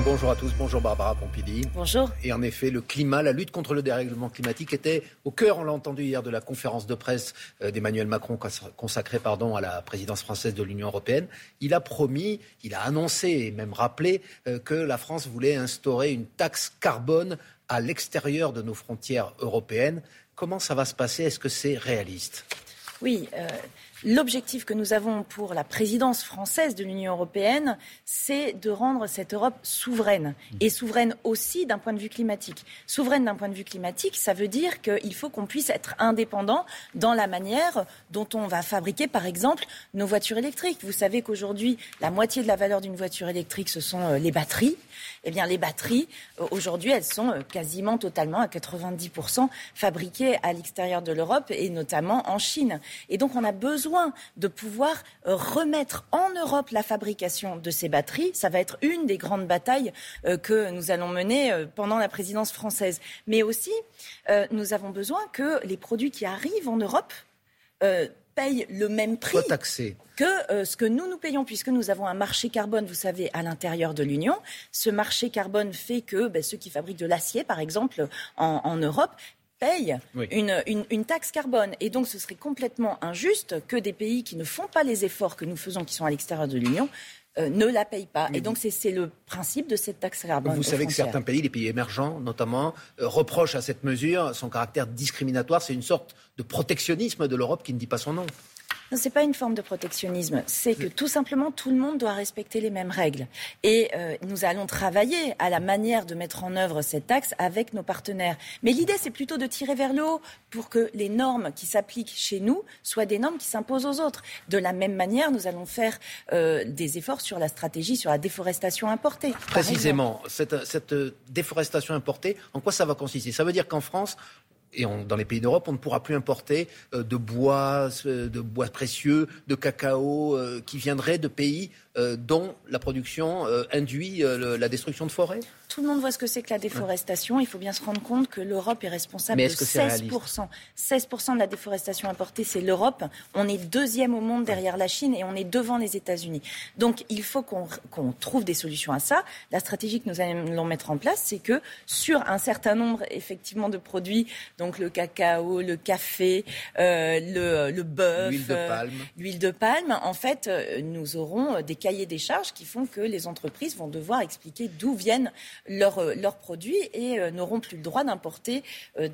Bonjour à tous, bonjour Barbara Pompili. Bonjour. Et en effet, le climat, la lutte contre le dérèglement climatique était au cœur, on l'a entendu hier, de la conférence de presse d'Emmanuel Macron consacrée à la présidence française de l'Union européenne. Il a promis, il a annoncé et même rappelé que la France voulait instaurer une taxe carbone à l'extérieur de nos frontières européennes. Comment ça va se passer ? Est-ce que c'est réaliste ? Oui, l'objectif que nous avons pour la présidence française de l'Union européenne, c'est de rendre cette Europe souveraine. Et souveraine aussi d'un point de vue climatique. Souveraine d'un point de vue climatique, ça veut dire qu'il faut qu'on puisse être indépendant dans la manière dont on va fabriquer, par exemple, nos voitures électriques. Vous savez qu'aujourd'hui, la moitié de la valeur d'une voiture électrique, ce sont les batteries. Eh bien, les batteries, aujourd'hui, elles sont quasiment totalement, à 90%, fabriquées à l'extérieur de l'Europe et notamment en Chine. Et donc, on a besoin de pouvoir remettre en Europe la fabrication de ces batteries. Ça va être une des grandes batailles que nous allons mener pendant la présidence française. Mais aussi, nous avons besoin que les produits qui arrivent en Europe payent le même prix que ce que nous payons, puisque nous avons un marché carbone, vous savez, à l'intérieur de l'Union. Ce marché carbone fait que ceux qui fabriquent de l'acier, par exemple, en Europe, payent une taxe carbone. Et donc, ce serait complètement injuste que des pays qui ne font pas les efforts que nous faisons, qui sont à l'extérieur de l'Union, ne la payent pas. Et donc, c'est le principe de cette taxe carbone. Vous savez que certains pays, les pays émergents notamment, reprochent à cette mesure son caractère discriminatoire. C'est une sorte de protectionnisme de l'Europe qui ne dit pas son nom. Non, ce n'est pas une forme de protectionnisme. C'est que tout simplement, tout le monde doit respecter les mêmes règles. Et nous allons travailler à la manière de mettre en œuvre cette taxe avec nos partenaires. Mais l'idée, c'est plutôt de tirer vers le haut pour que les normes qui s'appliquent chez nous soient des normes qui s'imposent aux autres. De la même manière, nous allons faire des efforts sur la stratégie, sur la déforestation importée. Précisément, cette déforestation importée, en quoi ça va consister ? Ça veut dire qu'en France, et dans les pays d'Europe, on ne pourra plus importer de bois précieux, de cacao qui viendraient de pays dont la production induit la destruction de forêts. Tout le monde voit ce que c'est que la déforestation. Il faut bien se rendre compte que l'Europe est responsable de 16%. 16% de la déforestation importée, c'est l'Europe. On est deuxième au monde derrière la Chine et on est devant les États-Unis. Donc il faut qu'on trouve des solutions à ça. La stratégie que nous allons mettre en place, c'est que sur un certain nombre effectivement de produits, donc le cacao, le café, le bœuf, l'huile de palme, en fait, nous aurons des cahiers des charges qui font que les entreprises vont devoir expliquer d'où viennent leurs produits et n'auront plus le droit d'importer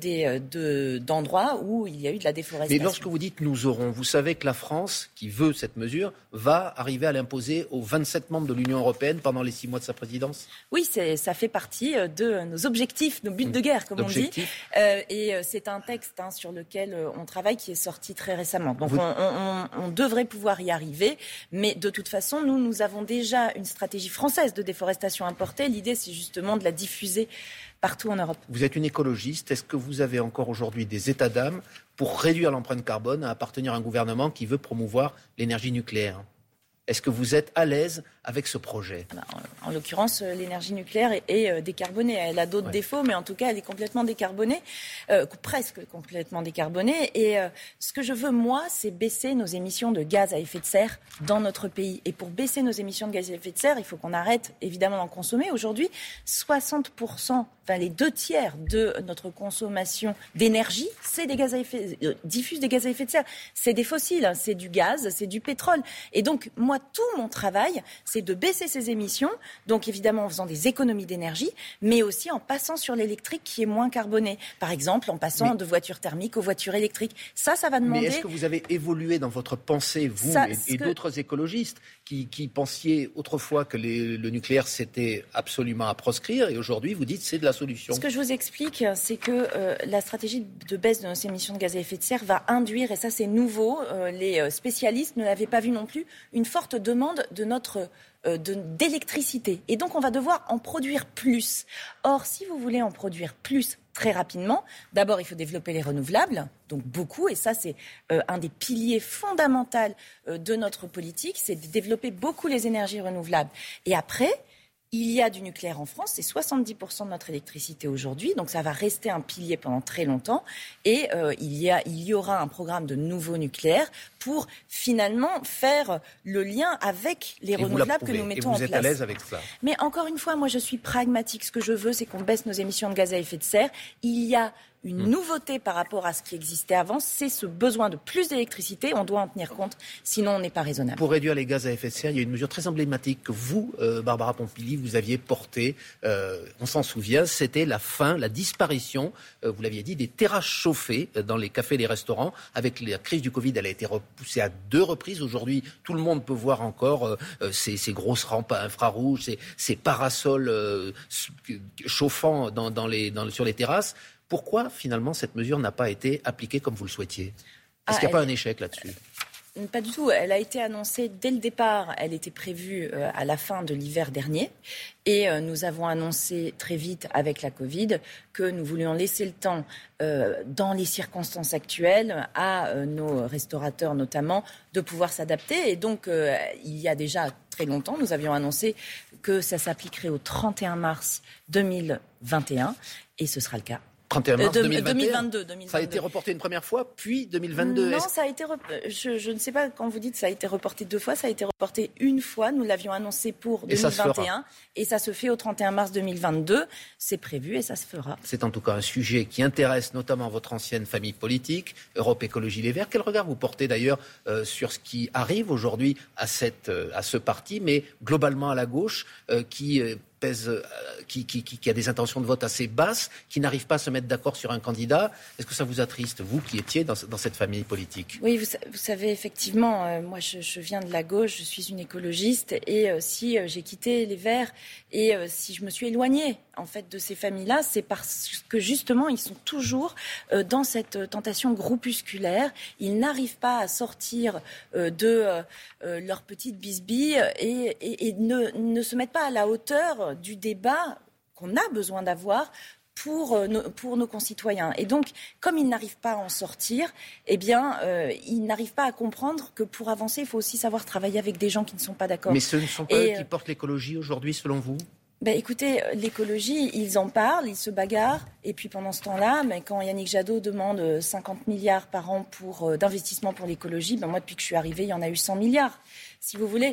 d'endroits où il y a eu de la déforestation. Mais lorsque vous dites « nous aurons », vous savez que la France, qui veut cette mesure, va arriver à l'imposer aux 27 membres de l'Union européenne pendant les 6 mois de sa présidence ? Oui, ça fait partie de nos objectifs, nos buts de guerre, comme on dit. Et c'est un texte sur lequel on travaille qui est sorti très récemment. Donc on devrait pouvoir y arriver, mais de toute façon, nous avons déjà une stratégie française de déforestation importée. L'idée, c'est justement de la diffuser partout en Europe. Vous êtes une écologiste. Est-ce que vous avez encore aujourd'hui des états d'âme pour réduire l'empreinte carbone à appartenir à un gouvernement qui veut promouvoir l'énergie nucléaire ? Est-ce que vous êtes à l'aise avec ce projet ? En l'occurrence, l'énergie nucléaire est décarbonée. Elle a d'autres défauts, mais en tout cas, elle est complètement décarbonée, presque complètement décarbonée. Et ce que je veux, moi, c'est baisser nos émissions de gaz à effet de serre dans notre pays. Et pour baisser nos émissions de gaz à effet de serre, il faut qu'on arrête, évidemment, d'en consommer. Aujourd'hui, 60%, les 2/3 de notre consommation d'énergie, c'est des gaz à effet, diffuse des gaz à effet de serre. C'est des fossiles, c'est du gaz, c'est du pétrole. Et donc, moi, tout mon travail, c'est de baisser ces émissions, donc évidemment en faisant des économies d'énergie, mais aussi en passant sur l'électrique qui est moins carboné. Par exemple, en passant de voitures thermiques aux voitures électriques. Ça va demander... Mais est-ce que vous avez évolué dans votre pensée, vous et d'autres écologistes qui pensiez autrefois que le nucléaire, c'était absolument à proscrire, et aujourd'hui, vous dites c'est de la solution. Ce que je vous explique, c'est que la stratégie de baisse de nos émissions de gaz à effet de serre va induire, et ça c'est nouveau, les spécialistes ne l'avaient pas vu non plus, une forte demande d'électricité. Et donc on va devoir en produire plus. Or, si vous voulez en produire plus très rapidement, d'abord il faut développer les renouvelables, donc beaucoup, et ça c'est un des piliers fondamentaux de notre politique, c'est de développer beaucoup les énergies renouvelables. Et après, Il y a du nucléaire en France, c'est 70% de notre électricité aujourd'hui, donc ça va rester un pilier pendant très longtemps. Et il y aura un programme de nouveau nucléaire pour finalement faire le lien avec les renouvelables que nous mettons en place. Et vous êtes à l'aise avec cela? Mais encore une fois, moi je suis pragmatique. Ce que je veux, c'est qu'on baisse nos émissions de gaz à effet de serre. Il y a une nouveauté par rapport à ce qui existait avant, c'est ce besoin de plus d'électricité. On doit en tenir compte, sinon on n'est pas raisonnable. Pour réduire les gaz à effet de serre, il y a une mesure très emblématique que vous, Barbara Pompili, vous aviez portée. On s'en souvient, c'était la disparition, vous l'aviez dit, des terrasses chauffées dans les cafés et les restaurants. Avec la crise du Covid, elle a été repoussée à 2 reprises. Aujourd'hui, tout le monde peut voir encore ces grosses rampes infrarouges, ces parasols chauffants sur les terrasses. Pourquoi, finalement, cette mesure n'a pas été appliquée comme vous le souhaitiez? Est-ce qu'il n'y a pas un échec là-dessus? Pas du tout. Elle a été annoncée dès le départ. Elle était prévue à la fin de l'hiver dernier. Et nous avons annoncé très vite avec la Covid que nous voulions laisser le temps, dans les circonstances actuelles, à nos restaurateurs notamment, de pouvoir s'adapter. Et donc, il y a déjà très longtemps, nous avions annoncé que ça s'appliquerait au 31 mars 2021. Et ce sera le cas. 31 mars 2022. Ça a été reporté une première fois, puis 2022. Non, ça a été je ne sais pas, quand vous dites ça a été reporté 2 fois, ça a été reporté une fois. Nous l'avions annoncé pour 2021 et ça se fait au 31 mars 2022. C'est prévu et ça se fera. C'est en tout cas un sujet qui intéresse notamment votre ancienne famille politique, Europe Écologie Les Verts. Quel regard vous portez d'ailleurs sur ce qui arrive aujourd'hui à ce parti, mais globalement à la gauche, qui a des intentions de vote assez basses, qui n'arrive pas à se mettre d'accord sur un candidat? Est-ce que ça vous attriste, vous qui étiez dans cette famille politique? Oui, vous savez, effectivement, moi je viens de la gauche, je suis une écologiste, et si j'ai quitté les Verts et si je me suis éloignée en fait de ces familles-là, c'est parce que justement ils sont toujours dans cette tentation groupusculaire. Ils n'arrivent pas à sortir de leur petite bisbille et ne se mettent pas à la hauteur du débat qu'on a besoin d'avoir pour nos concitoyens. Et donc, comme ils n'arrivent pas à en sortir, eh bien, ils n'arrivent pas à comprendre que pour avancer, il faut aussi savoir travailler avec des gens qui ne sont pas d'accord. Mais ce ne sont pas eux qui portent l'écologie aujourd'hui, selon vous? Écoutez, l'écologie, ils en parlent, ils se bagarrent. Et puis pendant ce temps-là, quand Yannick Jadot demande 50 milliards par an d'investissement pour l'écologie, moi, depuis que je suis arrivée, il y en a eu 100 milliards. Si vous voulez,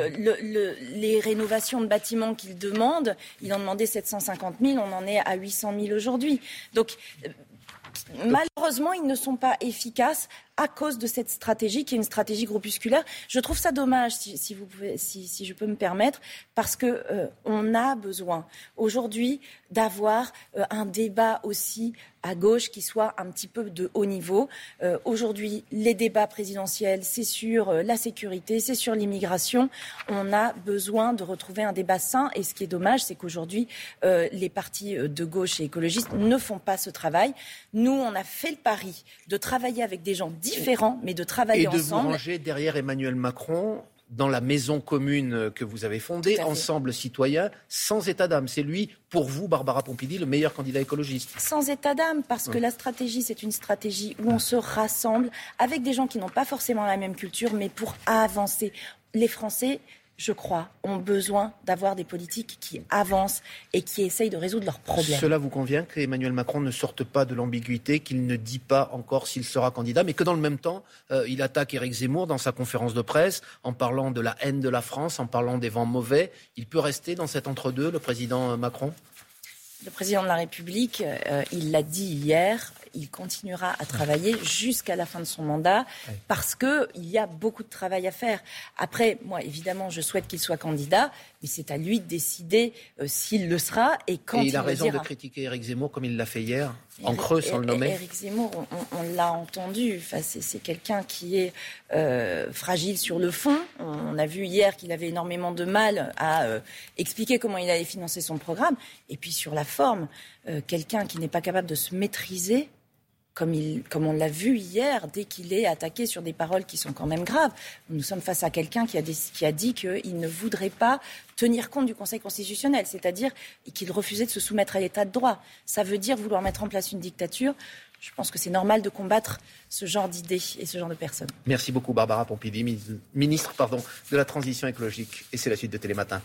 les rénovations de bâtiments qu'il demande, il en demandait 750 000, on en est à 800 000 aujourd'hui. Donc, malheureusement, ils ne sont pas efficaces à cause de cette stratégie qui est une stratégie groupusculaire. Je trouve ça dommage, si je peux me permettre, parce que on a besoin aujourd'hui d'avoir un débat aussi à gauche qui soit un petit peu de haut niveau. Aujourd'hui, les débats présidentiels, c'est sur la sécurité, c'est sur l'immigration. On a besoin de retrouver un débat sain. Et ce qui est dommage, c'est qu'aujourd'hui, les partis de gauche et écologistes ne font pas ce travail. Nous, on a fait le pari de travailler avec des gens différents, mais de travailler ensemble. Et de vous ranger derrière Emmanuel Macron dans la maison commune que vous avez fondée, Ensemble Citoyens, sans état d'âme. C'est lui, pour vous, Barbara Pompili, le meilleur candidat écologiste. Sans état d'âme, parce que la stratégie, c'est une stratégie où on se rassemble avec des gens qui n'ont pas forcément la même culture, mais pour avancer. Les Français, je crois, ont besoin d'avoir des politiques qui avancent et qui essayent de résoudre leurs problèmes. Cela vous convient qu'Emmanuel Macron ne sorte pas de l'ambiguïté, qu'il ne dit pas encore s'il sera candidat, mais que dans le même temps, il attaque Éric Zemmour dans sa conférence de presse en parlant de la haine de la France, en parlant des vents mauvais. Il peut rester dans cet entre-deux, le président Macron ? Le président de la République, il l'a dit hier, il continuera à travailler jusqu'à la fin de son mandat parce qu'il y a beaucoup de travail à faire. Après, moi, évidemment, je souhaite qu'il soit candidat, mais c'est à lui de décider s'il le sera et quand il le dira. Et il a raison de critiquer Éric Zemmour comme il l'a fait hier, en creux, sans le nommer. Éric Zemmour, on l'a entendu, c'est quelqu'un qui est fragile sur le fond. On a vu hier qu'il avait énormément de mal à expliquer comment il allait financer son programme. Et puis sur la forme, quelqu'un qui n'est pas capable de se maîtriser, comme on l'a vu hier, dès qu'il est attaqué sur des paroles qui sont quand même graves. Nous sommes face à quelqu'un qui a dit qu'il ne voudrait pas tenir compte du Conseil constitutionnel, c'est-à-dire qu'il refusait de se soumettre à l'état de droit. Ça veut dire vouloir mettre en place une dictature. Je pense que c'est normal de combattre ce genre d'idées et ce genre de personnes. Merci beaucoup Barbara Pompili, ministre de la Transition écologique. Et c'est la suite de Télématin.